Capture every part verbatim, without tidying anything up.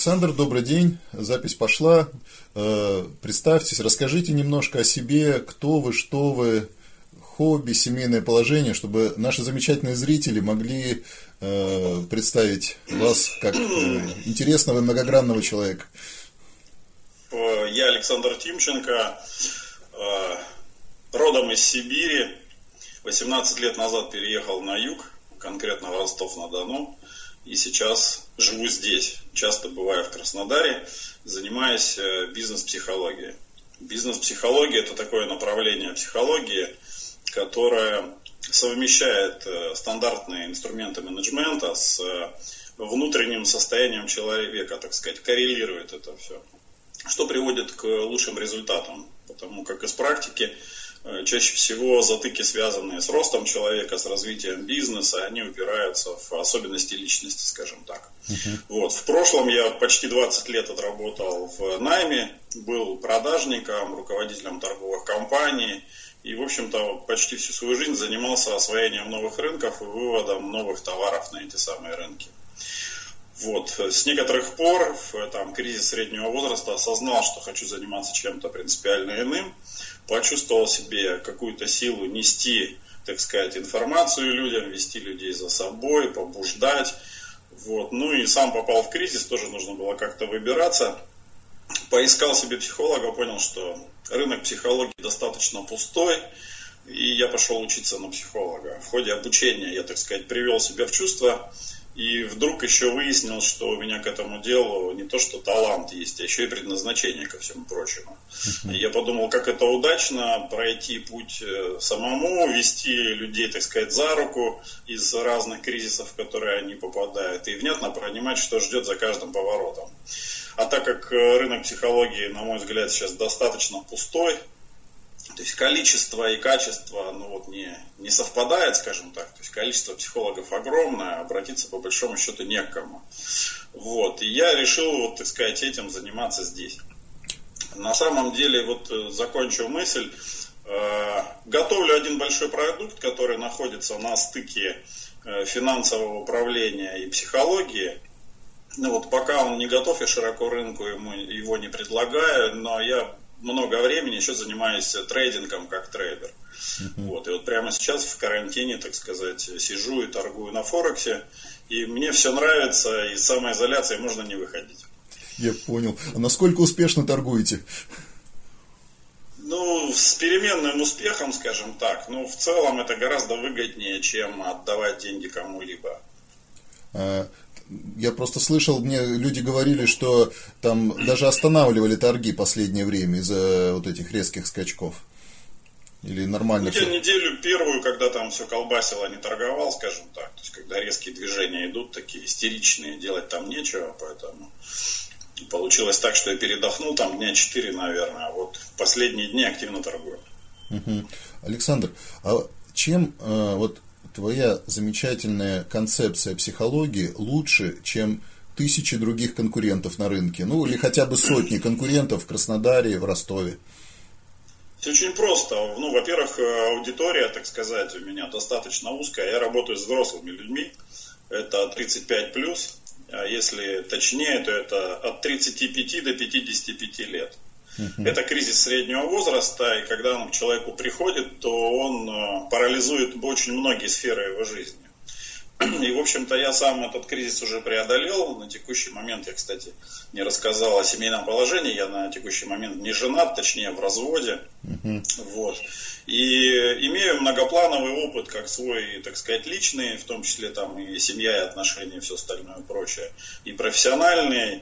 Александр, добрый день. Запись пошла. Представьтесь, расскажите немножко о себе, кто вы, что вы, хобби, семейное положение, чтобы наши замечательные зрители могли представить вас как интересного и многогранного человека. Я Александр Тимченко, родом из Сибири. восемнадцать лет назад переехал на юг, конкретно в Ростов-на-Дону. И сейчас живу здесь. Часто бываю в Краснодаре, занимаюсь бизнес-психологией. Бизнес-психология – это такое направление психологии, которое совмещает стандартные инструменты менеджмента с внутренним состоянием человека, так сказать, коррелирует это все. Что приводит к лучшим результатам. Потому как из практики чаще всего затыки, связанные с ростом человека, с развитием бизнеса, они упираются в особенности личности, скажем так. Uh-huh. Вот. В прошлом я почти двадцать лет отработал в найме, был продажником, руководителем торговых компаний и, в общем-то, почти всю свою жизнь занимался освоением новых рынков и выводом новых товаров на эти самые рынки. Вот. С некоторых пор, в там, кризис среднего возраста, осознал, что хочу заниматься чем-то принципиально иным. Почувствовал себе какую-то силу нести, так сказать, информацию людям, вести людей за собой, побуждать. Вот. Ну и сам попал в кризис, тоже нужно было как-то выбираться. Поискал себе психолога, понял, что рынок психологии достаточно пустой. И я пошел учиться на психолога. В ходе обучения я, так сказать, привел себя в чувство. И вдруг еще выяснил, что у меня к этому делу не то что талант есть, а еще и предназначение ко всему прочему. Uh-huh. И я подумал, как это удачно пройти путь самому, вести людей, так сказать, за руку из разных кризисов, в которые они попадают, и внятно понимать, что ждет за каждым поворотом. А так как рынок психологии, на мой взгляд, сейчас достаточно пустой, то есть количество и качество ну, вот не, не совпадает, скажем так. То есть количество психологов огромное, обратиться по большому счету не к кому. Вот. И я решил, вот, так сказать, этим заниматься здесь. На самом деле, вот закончу мысль. Э, готовлю один большой продукт, который находится на стыке финансового управления и психологии. Ну вот пока он не готов, я широко рынку ему, его не предлагаю, но я много времени еще занимаюсь трейдингом как трейдер. Uh-huh. Вот. И вот прямо сейчас в карантине, так сказать, сижу и торгую на Форексе. И мне все нравится, из самоизоляции можно не выходить. Я понял. А насколько успешно торгуете? Ну, с переменным успехом, скажем так. Но в целом это гораздо выгоднее, чем отдавать деньги кому-либо. А... Я просто слышал, мне люди говорили, что там даже останавливали торги последнее время из-за вот этих резких скачков. Или нормально? Ну, я неделю первую, когда там все колбасило, не торговал, скажем так. То есть, когда резкие движения идут, такие истеричные, делать там нечего, поэтому получилось так, что я передохнул там дня четыре, наверное, а вот в последние дни активно торгую. Угу. Александр, а чем э, вот твоя замечательная концепция психологии лучше, чем тысячи других конкурентов на рынке? Ну, или хотя бы сотни конкурентов в Краснодаре, в Ростове. Все очень просто. Ну, во-первых, аудитория, так сказать, у меня достаточно узкая. Я работаю с взрослыми людьми. Это тридцать пять плюс. А если точнее, то это от тридцати пяти до пятидесяти пяти лет. Uh-huh. Это кризис среднего возраста, и когда он к человеку приходит, то он парализует очень многие сферы его жизни. И, в общем-то, я сам этот кризис уже преодолел. На текущий момент я, кстати, не рассказал о семейном положении. Я на текущий момент не женат, точнее, в разводе. Uh-huh. Вот. И имею многоплановый опыт, как свой, так сказать, личный, в том числе там и семья, и отношения, и все остальное прочее, и профессиональный.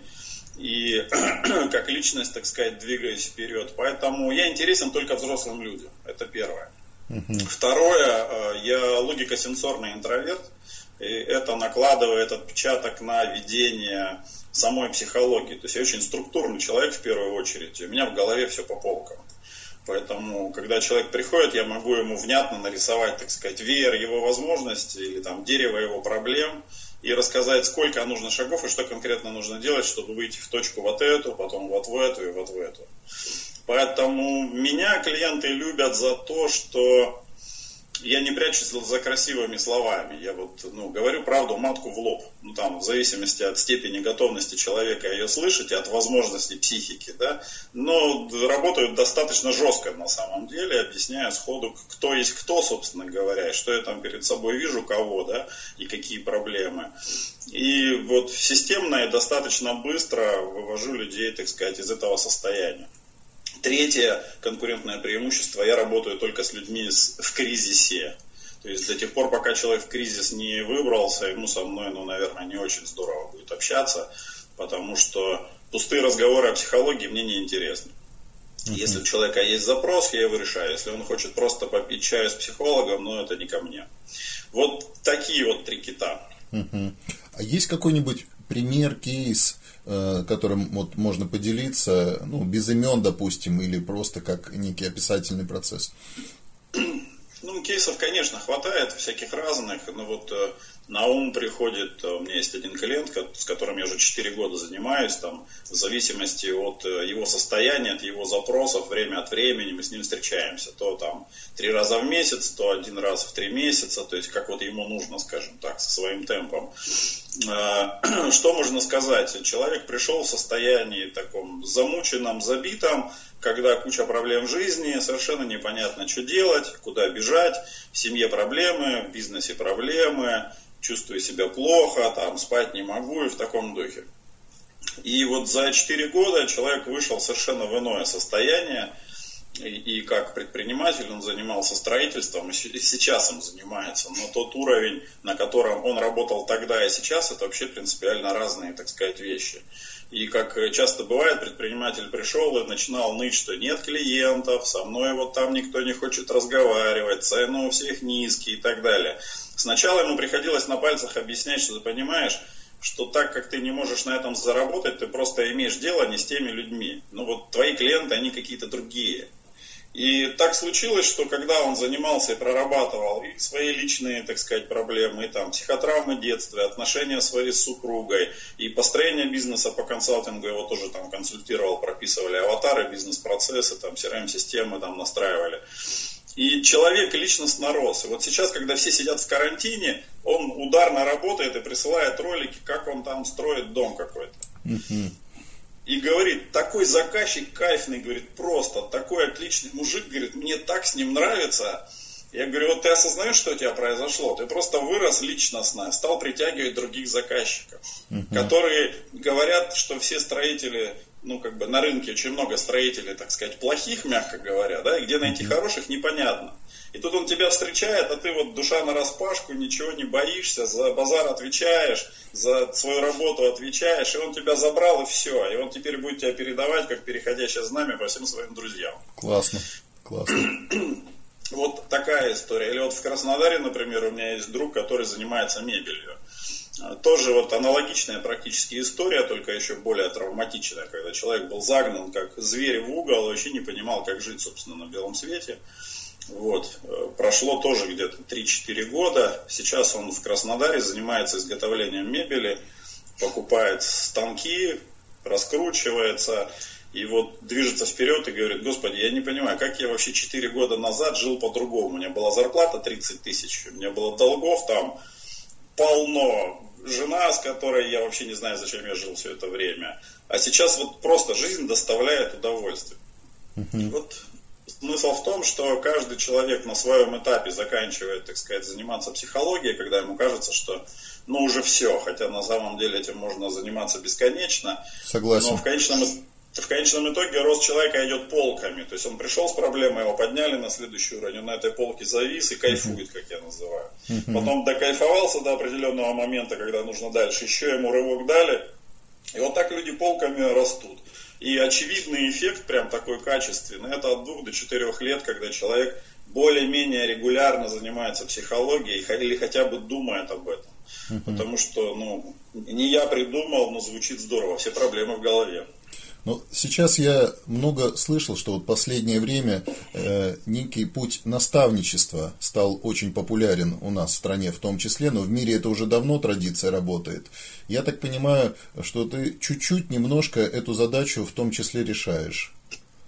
И как личность, так сказать, двигаюсь вперед. Поэтому я интересен только взрослым людям. Это первое. Uh-huh. Второе, я логико-сенсорный интроверт. И это накладывает отпечаток на ведение самой психологии. То есть я очень структурный человек в первую очередь. У меня в голове все по полкам. Поэтому, когда человек приходит, я могу ему внятно нарисовать, так сказать, веер его возможностей или там дерево его проблем. И рассказать, сколько нужно шагов и что конкретно нужно делать, чтобы выйти в точку вот эту, потом вот в эту и вот в эту. Поэтому меня клиенты любят за то, что я не прячусь за красивыми словами. Я вот, ну, говорю правду матку в лоб. Ну, там, в зависимости от степени готовности человека ее слышать и от возможностей психики, да. Но работаю достаточно жестко на самом деле, объясняя сходу, кто есть кто, собственно говоря, и что я там перед собой вижу, кого, да, и какие проблемы. И вот системно и достаточно быстро вывожу людей, так сказать, из этого состояния. Третье конкурентное преимущество: я работаю только с людьми в кризисе. То есть до тех пор, пока человек в кризис не выбрался, ему со мной, ну, наверное, не очень здорово будет общаться, потому что пустые разговоры о психологии мне не интересны. Uh-huh. Если у человека есть запрос, я его решаю. Если он хочет просто попить чаю с психологом, ну, это не ко мне. Вот такие вот три кита. Uh-huh. А есть какой-нибудь пример, кейс, которым вот можно поделиться, ну, без имен, допустим, или просто как некий описательный процесс? Ну, кейсов, конечно, хватает, всяких разных. Но вот на ум приходит, у меня есть один клиент, с которым я уже четыре года занимаюсь, там, в зависимости от его состояния, от его запросов, время от времени мы с ним встречаемся. То там три раза в месяц, то один раз в три месяца, то есть как вот ему нужно, скажем так, со своим темпом. Что можно сказать? Человек пришел в состоянии таком замученном, забитом, когда куча проблем в жизни, совершенно непонятно, что делать, куда бежать, в семье проблемы, в бизнесе проблемы, чувствую себя плохо, там, спать не могу и в таком духе. И вот за четыре года человек вышел совершенно в иное состояние, и, и как предприниматель он занимался строительством, и сейчас им занимается, но тот уровень, на котором он работал тогда и сейчас, это вообще принципиально разные, так сказать, вещи. И как часто бывает, предприниматель пришел и начинал ныть, что нет клиентов, со мной вот там никто не хочет разговаривать, цены у всех низкие и так далее. Сначала ему приходилось на пальцах объяснять, что ты понимаешь, что так как ты не можешь на этом заработать, ты просто имеешь дело не с теми людьми. Ну вот твои клиенты, они какие-то другие. И так случилось, что когда он занимался и прорабатывал и свои личные, так сказать, проблемы, и там психотравмы детства, отношения своей с супругой, и построение бизнеса по консалтингу, его тоже там консультировал, прописывали аватары, бизнес-процессы, там си эр эм-системы там настраивали. И человек личностно рос. И вот сейчас, когда все сидят в карантине, он ударно работает и присылает ролики, как он там строит дом какой-то. Mm-hmm. И говорит, такой заказчик кайфный, говорит, просто, такой отличный мужик, говорит, мне так с ним нравится. Я говорю, вот ты осознаешь, что у тебя произошло? Ты просто вырос личностно, стал притягивать других заказчиков, uh-huh. которые говорят, что все строители, ну как бы на рынке очень много строителей, так сказать, плохих, мягко говоря, да, и где найти uh-huh. хороших, непонятно. И тут он тебя встречает, а ты вот душа нараспашку, ничего не боишься, за базар отвечаешь, за свою работу отвечаешь, и он тебя забрал, и все. И он теперь будет тебя передавать, как переходящее знамя, по всем своим друзьям. Классно, классно. Вот такая история. Или вот в Краснодаре, например, у меня есть друг, который занимается мебелью. Тоже вот аналогичная практически история, только еще более травматичная, когда человек был загнан как зверь в угол, вообще не понимал, как жить, собственно, на белом свете. Вот. Прошло тоже где-то три-четыре года. Сейчас он в Краснодаре занимается изготовлением мебели, покупает станки, раскручивается и вот движется вперед и говорит, господи, я не понимаю, как я вообще четыре года назад жил по-другому. У меня была зарплата тридцать тысяч, у меня было долгов там полно, жена, с которой я вообще не знаю, зачем я жил все это время. А сейчас вот просто жизнь доставляет удовольствие. Uh-huh. Вот смысл в том, что каждый человек на своем этапе заканчивает, так сказать, заниматься психологией, когда ему кажется, что ну уже все, хотя на самом деле этим можно заниматься бесконечно. Согласен. Но в конечном, в конечном итоге рост человека идет полками. То есть он пришел с проблемой, его подняли на следующий уровень, он на этой полке завис и кайфует, как я называю. Uh-huh. Потом докайфовался до определенного момента, когда нужно дальше, еще ему рывок дали. И вот так люди полками растут. И очевидный эффект, прям такой качественный, это от двух до четырех лет, когда человек более-менее регулярно занимается психологией или хотя бы думает об этом. Uh-huh. Потому что, ну, не я придумал, но звучит здорово, все проблемы в голове. Ну, сейчас я много слышал, что вот последнее время э, некий путь наставничества стал очень популярен у нас в стране в том числе, но в мире это уже давно традиция работает. Я так понимаю, что ты чуть-чуть, немножко эту задачу в том числе решаешь.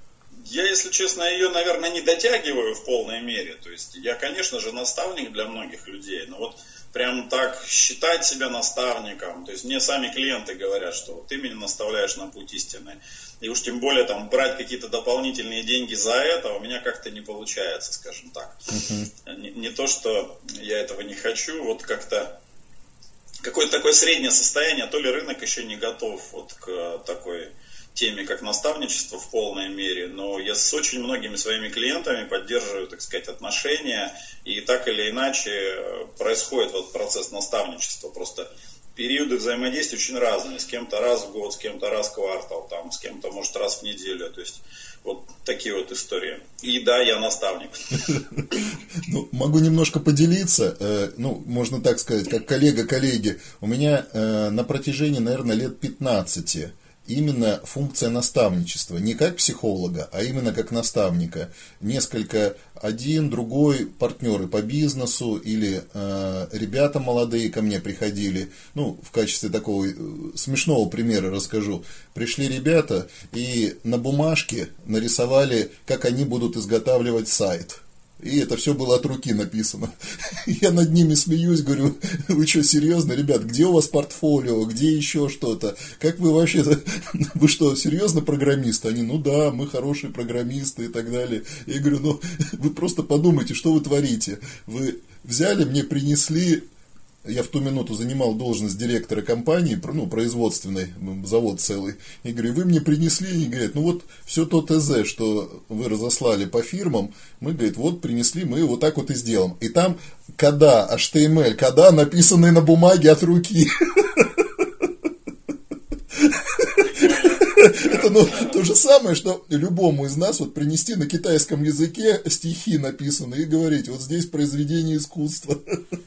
Я, если честно, ее, наверное, не дотягиваю в полной мере. То есть я, конечно же, наставник для многих людей, но вот прям так считать себя наставником, то есть мне сами клиенты говорят, что вот ты меня наставляешь на путь истины. И уж тем более там брать какие-то дополнительные деньги за это у меня как-то не получается, скажем так. Uh-huh. Не, не то, что я этого не хочу, вот как-то какое-то такое среднее состояние, то ли рынок еще не готов вот к такой теме, как наставничество в полной мере, но я с очень многими своими клиентами поддерживаю, так сказать, отношения, и так или иначе происходит вот процесс наставничества. Просто периоды взаимодействия очень разные. С кем-то раз в год, с кем-то раз в квартал, там, с кем-то, может, раз в неделю. То есть вот такие вот истории. И да, я наставник. Ну, могу немножко поделиться, ну, можно так сказать, как коллега коллеги. У меня на протяжении, наверное, лет пятнадцати именно функция наставничества, не как психолога, а именно как наставника. Несколько, один, другой, партнеры по бизнесу или э, ребята молодые ко мне приходили, ну, в качестве такого смешного примера расскажу. Пришли ребята и на бумажке нарисовали, как они будут изготавливать сайт. И это все было от руки написано. Я над ними смеюсь, говорю, вы что, серьезно, ребят, где у вас портфолио, где еще что-то? Как вы вообще, вы что, серьезно программисты? Они, ну да, мы хорошие программисты и так далее. Я говорю, ну вы просто подумайте, что вы творите. Вы взяли, мне принесли... Я в ту минуту занимал должность директора компании, ну, производственной, завод целый. И говорю, вы мне принесли, и говорят, ну вот все то ТЗ, что вы разослали по фирмам, мы, говорит, вот принесли, мы вот так вот и сделаем. И там кода, эйч ти эм эль, кода, написанные на бумаге от руки. Это ну, то же самое, что любому из нас вот принести на китайском языке стихи написанные и говорить, вот здесь произведение искусства.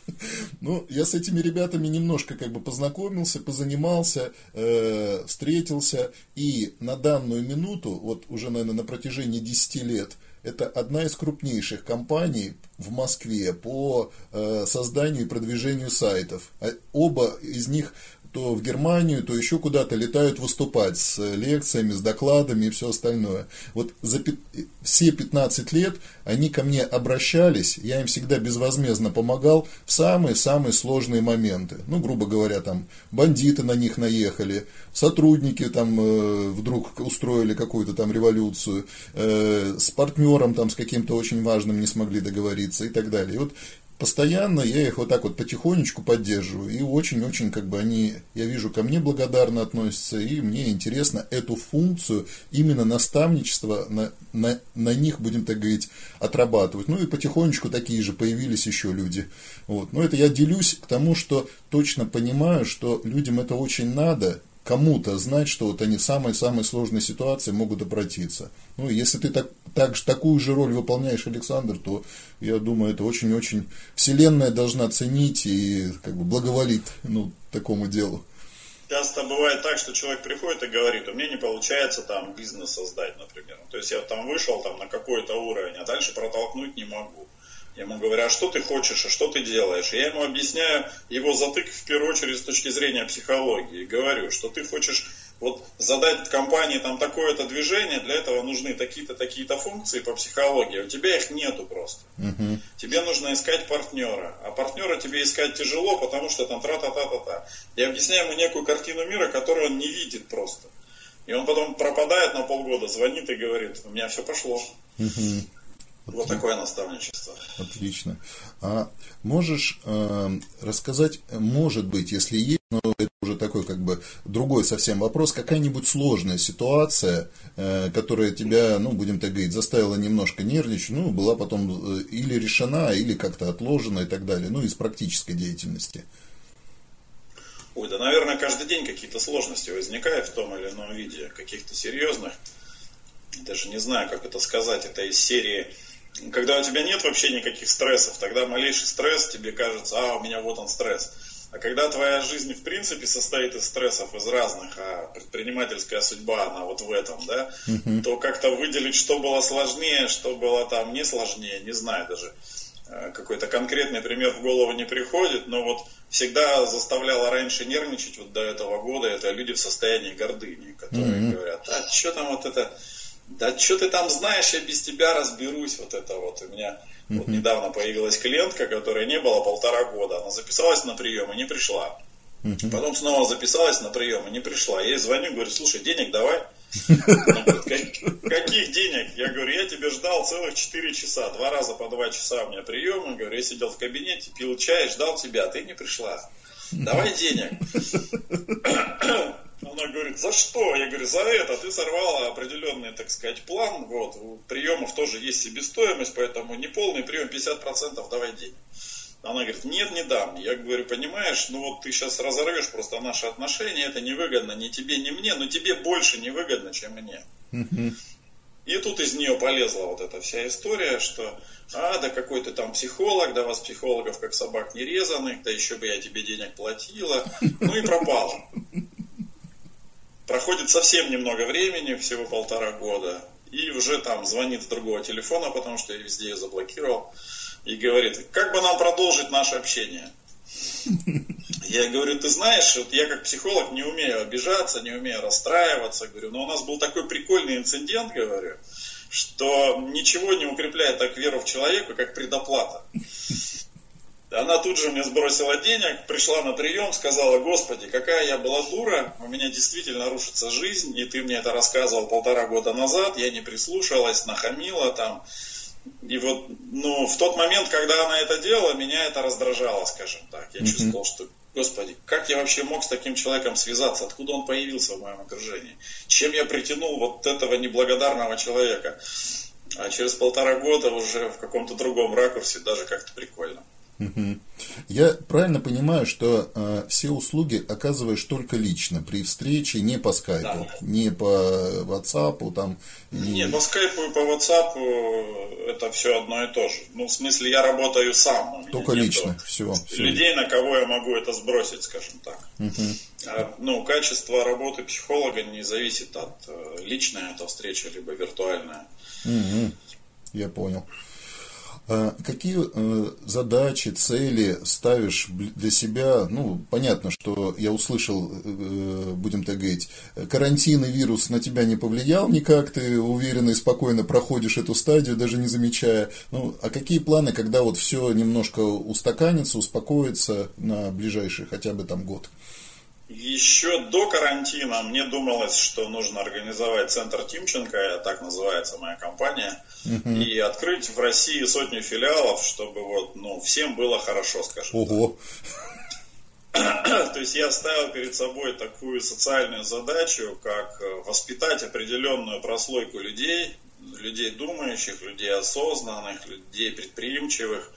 Ну, я с этими ребятами немножко как бы познакомился, позанимался, э, встретился, и на данную минуту, вот уже, наверное, на протяжении десяти лет, это одна из крупнейших компаний в Москве по э, созданию и продвижению сайтов. Оба из них то в Германию, то еще куда-то летают выступать с лекциями, с докладами и все остальное. Вот за пи- все пятнадцать лет они ко мне обращались, я им всегда безвозмездно помогал в самые-самые сложные моменты. Ну, грубо говоря, там бандиты на них наехали, сотрудники там э, вдруг устроили какую-то там революцию, э, с партнером там с каким-то очень важным не смогли договориться и так далее. И вот постоянно я их вот так вот потихонечку поддерживаю, и очень-очень как бы они, я вижу, ко мне благодарно относятся, и мне интересно эту функцию именно наставничества на, на, на них, будем так говорить, отрабатывать. Ну и потихонечку такие же появились еще люди. Вот. Но это я делюсь к тому, что точно понимаю, что людям это очень надо, кому-то знать, что вот они в самой-самой сложной ситуации могут обратиться. Ну, если ты так, так, такую же роль выполняешь, Александр, то, я думаю, это очень-очень Вселенная должна ценить и как бы благоволит, ну, такому делу. Часто бывает так, что человек приходит и говорит, у меня не получается там бизнес создать, например. То есть я там вышел там на какой-то уровень, а дальше протолкнуть не могу. Я ему говорю, а что ты хочешь, а что ты делаешь? И я ему объясняю его затык в первую очередь с точки зрения психологии. Говорю, что ты хочешь вот задать компании там такое-то движение, для этого нужны такие-то, такие-то функции по психологии. У тебя их нету просто. Uh-huh. Тебе нужно искать партнера. А партнера тебе искать тяжело, потому что там тра-та-та-та-та. Я объясняю ему некую картину мира, которую он не видит просто. И он потом пропадает на полгода, звонит и говорит, у меня все пошло. Uh-huh. Вот такое наставничество. Отлично. А можешь э, рассказать, может быть, если есть, но это уже такой как бы другой совсем вопрос, какая-нибудь сложная ситуация, э, которая тебя, ну, будем так говорить, заставила немножко нервничать, ну, была потом или решена, или как-то отложена и так далее, ну, из практической деятельности. Ой, да, наверное, каждый день какие-то сложности возникают в том или ином виде, каких-то серьезных. Даже не знаю, как это сказать, это из серии... Когда у тебя нет вообще никаких стрессов, тогда малейший стресс тебе кажется, а, у меня вот он стресс. А когда твоя жизнь в принципе состоит из стрессов, из разных, а предпринимательская судьба, она вот в этом, да, uh-huh. то как-то выделить, что было сложнее, что было там не сложнее, не знаю даже. Какой-то конкретный пример в голову не приходит, но вот всегда заставляло раньше нервничать вот до этого года, это люди в состоянии гордыни, которые uh-huh. говорят, а что там вот это... Да что ты там знаешь, я без тебя разберусь. Вот это вот. У меня uh-huh. вот недавно появилась клиентка, которая не была полтора года. Она записалась на прием и не пришла. Uh-huh. Потом снова записалась на прием и не пришла. Я ей звоню, говорю, слушай, денег давай. Она говорит, каких денег? Я говорю, я тебя ждал целых четыре часа. Два раза по два часа у меня прием. Я говорю, я сидел в кабинете, пил чай, ждал тебя, а ты не пришла. Давай денег. Она говорит, за что? Я говорю, за это. Ты сорвала определенный, так сказать, план. Вот. У приемов тоже есть себестоимость, поэтому не полный прием, пятьдесят процентов давай денег. Она говорит, нет, не дам. Я говорю, понимаешь, ну вот ты сейчас разорвешь просто наши отношения, это невыгодно ни тебе, ни мне, но тебе больше невыгодно, чем мне. Uh-huh. И тут из нее полезла вот эта вся история, что, а, да какой ты там психолог, да вас психологов как собак не резаных, да еще бы я тебе денег платила, ну и пропала. Проходит совсем немного времени, всего полтора года, и уже там звонит с другого телефона, потому что я везде ее заблокировал. И говорит, как бы нам продолжить наше общение? Я говорю, ты знаешь, вот я как психолог не умею обижаться, не умею расстраиваться. Говорю, но у нас был такой прикольный инцидент, говорю, что ничего не укрепляет так веру в человека, как предоплата. Она тут же мне сбросила денег, пришла на прием, сказала, Господи, какая я была дура, у меня действительно рушится жизнь, и ты мне это рассказывал полтора года назад, я не прислушалась, нахамила там. И вот, ну, в тот момент, когда она это делала, меня это раздражало, скажем так. Я mm-hmm. чувствовал, что, Господи, как я вообще мог с таким человеком связаться? Откуда он появился в моем окружении? Чем я притянул вот этого неблагодарного человека? А через полтора года уже в каком-то другом ракурсе даже как-то прикольно. Угу. Я правильно понимаю, что э, все услуги оказываешь только лично, при встрече, не по скайпу, да. не по WhatsApp, там. Не... Нет, по скайпу и по WhatsApp это все одно и то же. Ну, в смысле, я работаю сам. Только лично, все, все. Людей, на кого я могу это сбросить, скажем так. Угу. А, ну, качество работы психолога не зависит от э, личной этой встречи, либо виртуальная. Угу. Я понял. Какие задачи, цели ставишь для себя? Ну, понятно, что я услышал, будем так говорить, карантин и вирус на тебя не повлиял никак, ты уверенно и спокойно проходишь эту стадию, даже не замечая. Ну, а какие планы, когда вот все немножко устаканится, успокоится на ближайший хотя бы там год? Еще до карантина мне думалось, что нужно организовать центр Тимченко, так называется моя компания, uh-huh. и открыть в России сотню филиалов, чтобы вот, ну, всем было хорошо, скажем Ого. так. То есть я ставил перед собой такую социальную задачу, как воспитать определенную прослойку людей, людей думающих, людей осознанных, людей предприимчивых.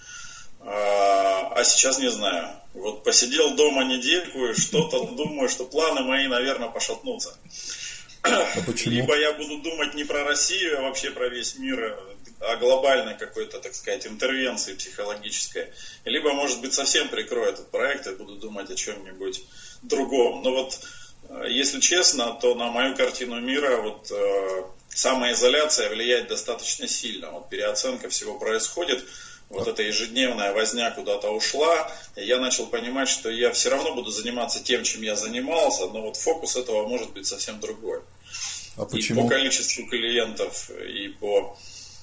А сейчас не знаю. Вот посидел дома недельку и что-то думаю, что планы мои, наверное, пошатнутся. А почему? Либо я буду думать не про Россию, а вообще про весь мир, о глобальной какой-то, так сказать, интервенции психологической. Либо, может быть, совсем прикрою этот проект и буду думать о чем-нибудь другом. Но вот, если честно, то на мою картину мира вот самоизоляция влияет достаточно сильно. Вот переоценка всего происходит. Вот эта ежедневная возня куда-то ушла, и я начал понимать, что я все равно буду заниматься тем, чем я занимался, но вот фокус этого может быть совсем другой. А почему? И по количеству клиентов, и по...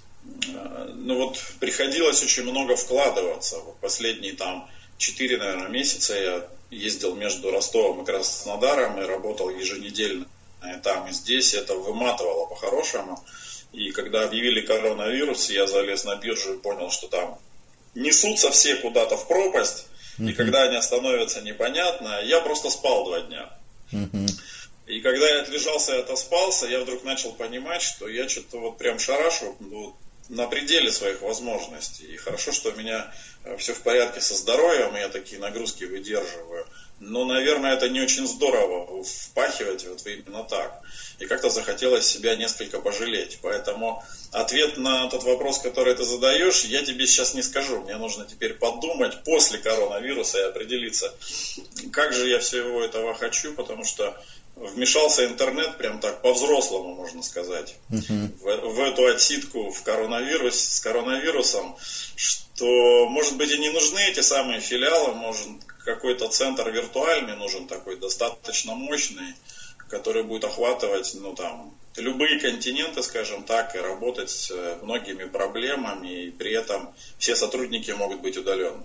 Ну вот приходилось очень много вкладываться. Вот последние там четыре, наверное, месяца я ездил между Ростовом и Краснодаром и работал еженедельно и там, и здесь. Это выматывало по-хорошему. И когда объявили коронавирус, я залез на биржу и понял, что там несутся все куда-то в пропасть. Uh-huh. И когда они остановятся, непонятно. Я просто спал два дня. Uh-huh. И когда я отлежался и отоспался, я вдруг начал понимать, что я что-то вот прям шарашу ну, на пределе своих возможностей. И хорошо, что у меня все в порядке со здоровьем, и я такие нагрузки выдерживаю. Но, наверное, это не очень здорово впахивать вот именно так. И как-то захотелось себя несколько пожалеть. Поэтому ответ на тот вопрос, который ты задаешь, я тебе сейчас не скажу. Мне нужно теперь подумать после коронавируса и определиться, как же я всего этого хочу, потому что вмешался интернет прям так по-взрослому, можно сказать, uh-huh. в, в эту отсидку в коронавирус, с коронавирусом, что, может быть, и не нужны эти самые филиалы, может, какой-то центр виртуальный нужен такой, достаточно мощный, который будет охватывать, ну, там, любые континенты, скажем так, и работать с многими проблемами, и при этом все сотрудники могут быть удаленны.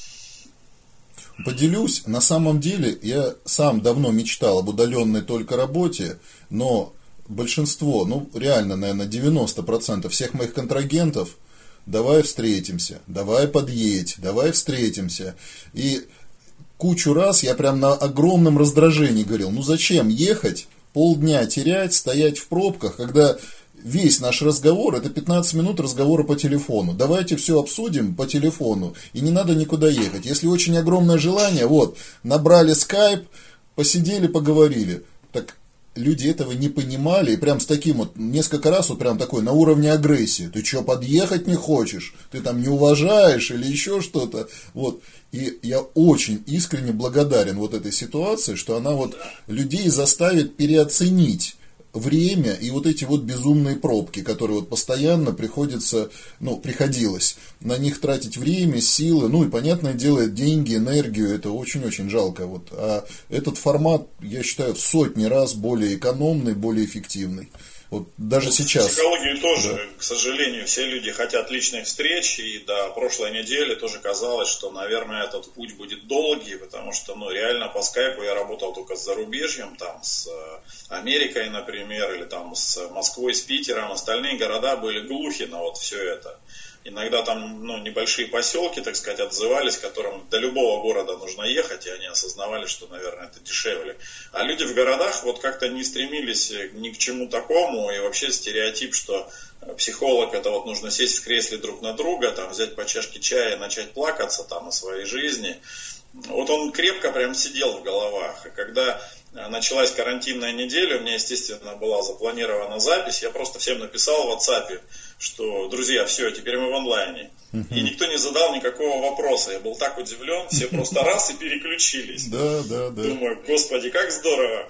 Поделюсь, на самом деле я сам давно мечтал об удаленной только работе, но большинство, ну реально, наверное, девяносто процентов всех моих контрагентов: давай встретимся, давай подъедь, давай встретимся. И кучу раз я прям на огромном раздражении говорил: ну зачем ехать, полдня терять, стоять в пробках, когда весь наш разговор — это пятнадцать минут разговора по телефону. Давайте все обсудим по телефону, и не надо никуда ехать. Если очень огромное желание, вот, набрали скайп, посидели, поговорили. Так люди этого не понимали, и прям с таким вот, несколько раз вот прям такой, на уровне агрессии. Ты что, подъехать не хочешь? Ты там не уважаешь или еще что-то? Вот. И я очень искренне благодарен вот этой ситуации, что она вот людей заставит переоценить время и вот эти вот безумные пробки, которые вот постоянно приходится, ну, приходилось на них тратить время, силы, ну и, понятное дело, деньги, энергию, это очень-очень жалко. Вот. А этот формат, я считаю, в сотни раз более экономный, более эффективный. Вот даже вот сейчас. В психологии тоже, да. К сожалению, все люди хотят личных встреч, и до прошлой недели тоже казалось, что, наверное, этот путь будет долгий, потому что, ну, реально по скайпу я работал только с зарубежьем, там, с Америкой, например, или там с Москвой, с Питером, остальные города были глухи на вот все это. Иногда там, ну, небольшие поселки, так сказать, отзывались, которым до любого города нужно ехать, и они осознавали, что, наверное, это дешевле. А люди в городах вот как-то не стремились ни к чему такому, и вообще стереотип, что психолог — это вот нужно сесть в кресле друг на друга, там, взять по чашке чая и начать плакаться там о своей жизни. Вот он крепко прям сидел в головах. И когда началась карантинная неделя, у меня, естественно, была запланирована запись, я просто всем написал в WhatsApp, что, друзья, все, теперь мы в онлайне. И никто не задал никакого вопроса. Я был так удивлен, все просто раз и переключились. Да, да, да. Думаю, господи, как здорово.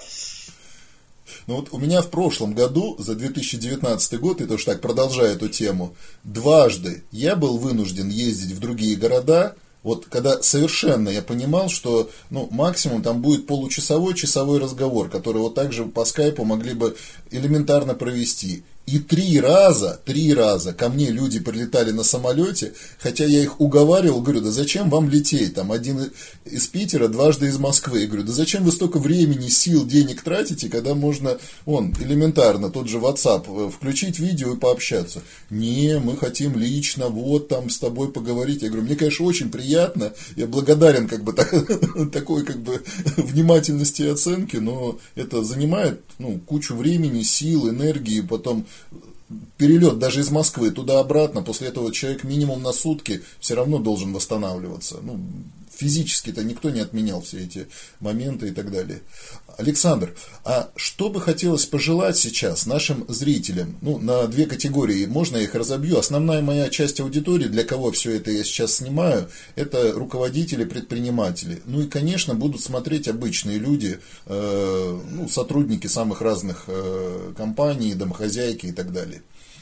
Ну вот у меня в прошлом году, за две тысячи девятнадцатый год, и тоже так продолжаю эту тему, дважды я был вынужден ездить в другие города, вот когда совершенно я понимал, что, ну, максимум там будет получасовой, часовой разговор, который вот так же по скайпу могли бы элементарно провести. И три раза, три раза ко мне люди прилетали на самолете, хотя я их уговаривал, говорю, да зачем вам лететь, там один из Питера, дважды из Москвы. Я говорю, да зачем вы столько времени, сил, денег тратите, когда можно, вон, элементарно, тот же WhatsApp, включить видео и пообщаться. Не, мы хотим лично, вот там с тобой поговорить. Я говорю, мне, конечно, очень приятно, я благодарен как бы так, такой как бы внимательности и оценки, но это занимает, ну, кучу времени, сил, энергии, потом перелет даже из Москвы туда-обратно, после этого человек минимум на сутки все равно должен восстанавливаться. Ну, физически-то никто не отменял все эти моменты и так далее. Александр, а что бы хотелось пожелать сейчас нашим зрителям? Ну, на две категории, можно я их разобью. Основная моя часть аудитории, для кого все это я сейчас снимаю, это руководители, предприниматели. Ну и, конечно, будут смотреть обычные люди, э, ну, сотрудники самых разных э, компаний, домохозяйки и так далее.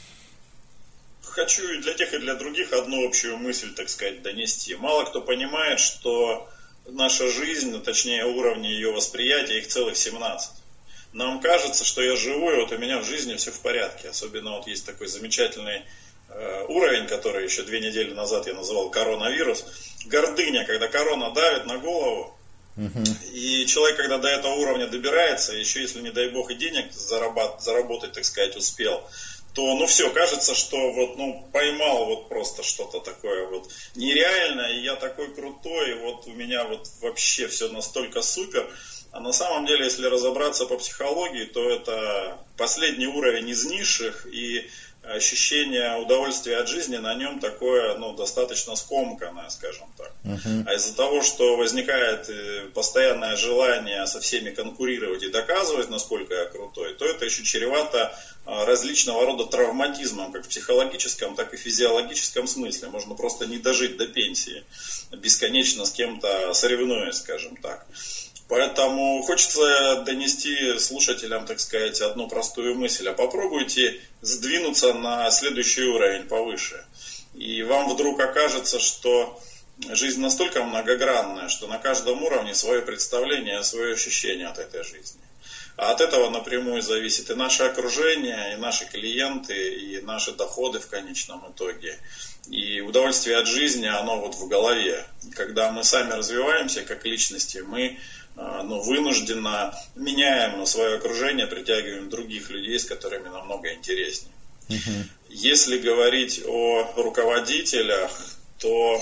Хочу и для тех, и для других одну общую мысль, так сказать, донести. Мало кто понимает, что наша жизнь, точнее уровни ее восприятия, их целых семнадцать. Нам кажется, что я живу, и вот у меня в жизни все в порядке. Особенно вот есть такой замечательный э, уровень, который еще две недели назад я называл коронавирус. Гордыня, когда корона давит на голову. Uh-huh. И человек, когда до этого уровня добирается, еще если, не дай бог, и денег зарабат, заработать, так сказать, успел, то, ну, все, кажется, что вот, ну, поймал вот просто что-то такое вот нереальное, и я такой крутой, и вот у меня вот вообще все настолько супер. А на самом деле, если разобраться по психологии, то это последний уровень из низших, и ощущение удовольствия от жизни на нем такое, ну, достаточно скомканное, скажем так. Uh-huh. А из-за того, что возникает постоянное желание со всеми конкурировать и доказывать, насколько я крутой, то это еще чревато различного рода травматизмом, как в психологическом, так и в физиологическом смысле. Можно просто не дожить до пенсии, бесконечно с кем-то соревнуясь, скажем так. Поэтому хочется донести слушателям, так сказать, одну простую мысль. А попробуйте сдвинуться на следующий уровень повыше. И вам вдруг окажется, что жизнь настолько многогранная, что на каждом уровне свое представление, свое ощущение от этой жизни. А от этого напрямую зависит и наше окружение, и наши клиенты, и наши доходы в конечном итоге. И удовольствие от жизни, оно вот в голове. Когда мы сами развиваемся как личности, мы ну, вынужденно меняем свое окружение, притягиваем других людей, с которыми намного интереснее. Uh-huh. Если говорить о руководителях, то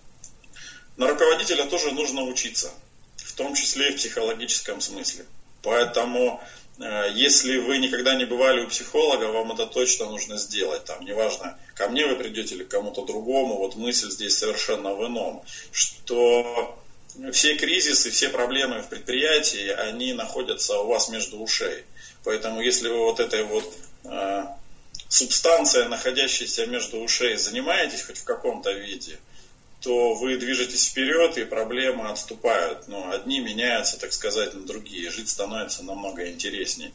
на руководителя тоже нужно учиться, в том числе и в психологическом смысле. Поэтому, если вы никогда не бывали у психолога, вам это точно нужно сделать. Там, неважно, ко мне вы придете или к кому-то другому, вот мысль здесь совершенно в ином, что все кризисы, все проблемы в предприятии, они находятся у вас между ушей. Поэтому, если вы вот этой вот э, субстанцией, находящейся между ушей, занимаетесь хоть в каком-то виде, то вы движетесь вперед, и проблемы отступают. Но одни меняются, так сказать, на другие. Жить становится намного интереснее.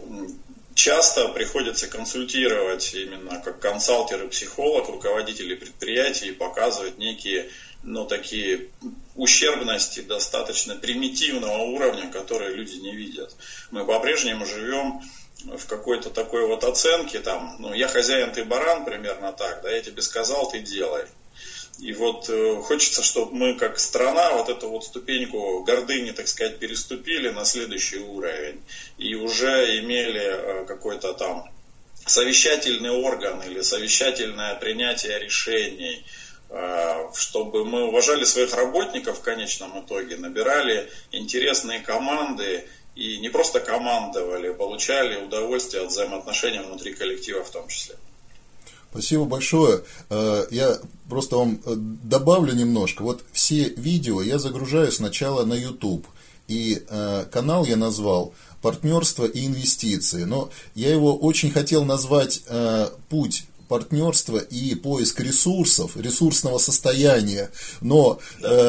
Часто приходится консультировать именно как консалтер и психолог руководителей предприятий и показывать некие, ну, такие ущербности достаточно примитивного уровня, которые люди не видят. Мы по-прежнему живем в какой-то такой вот оценке, там, ну, я хозяин, ты баран, примерно так, да, я тебе сказал, ты делай. И вот э, хочется, чтобы мы как страна вот эту вот ступеньку гордыни, так сказать, переступили на следующий уровень и уже имели э, какой-то там совещательный орган или совещательное принятие решений, э, чтобы мы уважали своих работников в конечном итоге, набирали интересные команды и не просто командовали, получали удовольствие от взаимоотношений внутри коллектива в том числе. Спасибо большое. Я просто вам добавлю немножко. Вот все видео я загружаю сначала на YouTube. И канал я назвал «Партнерство и инвестиции». Но я его очень хотел назвать «Путь партнерства и поиск ресурсов, ресурсного состояния». Но...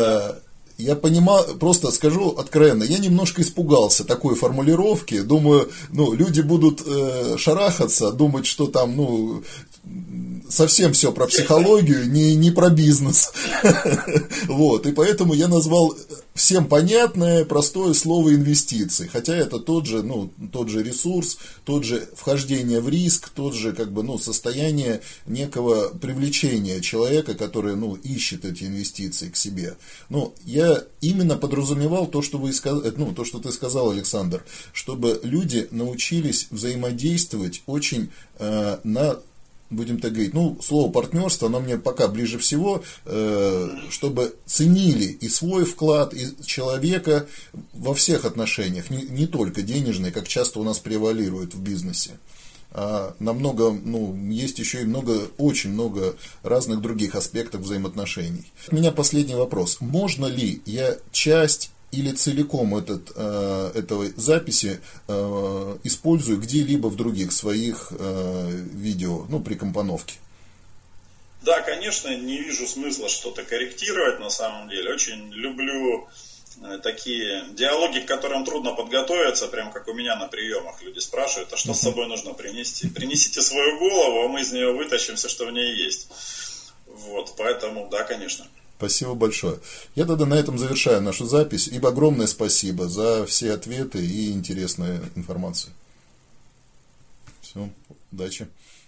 Я понимаю, просто скажу откровенно, я немножко испугался такой формулировки. Думаю, ну, люди будут э, шарахаться, думать, что там, ну, совсем все про психологию, не, не про бизнес. Вот, и поэтому я назвал всем понятное, простое слово инвестиции. Хотя это тот же, ну, тот же ресурс, тот же вхождение в риск, тот же, как бы, ну, состояние некого привлечения человека, который, ну, ищет эти инвестиции к себе. Ну, я именно подразумевал то, что вы сказали, ну, то, что ты сказал, Александр, чтобы люди научились взаимодействовать очень э, на, будем так говорить, ну, слово партнерство, оно мне пока ближе всего, э, чтобы ценили и свой вклад, и человека во всех отношениях, не, не только денежные, как часто у нас превалирует в бизнесе. А намного, ну, есть еще и много, очень много разных других аспектов взаимоотношений. У меня последний вопрос. Можно ли я часть или целиком этот, э, этой записи э, использую где-либо в других своих э, видео, ну, при компоновке? Да, конечно, не вижу смысла что-то корректировать на самом деле. Очень люблю такие диалоги, к которым трудно подготовиться, прям как у меня на приемах люди спрашивают, а что с собой нужно принести? Принесите свою голову, а мы из нее вытащим все, что в ней есть. Вот, поэтому, да, конечно. Спасибо большое. Я тогда на этом завершаю нашу запись. Ибо огромное спасибо за все ответы и интересную информацию. Все, удачи.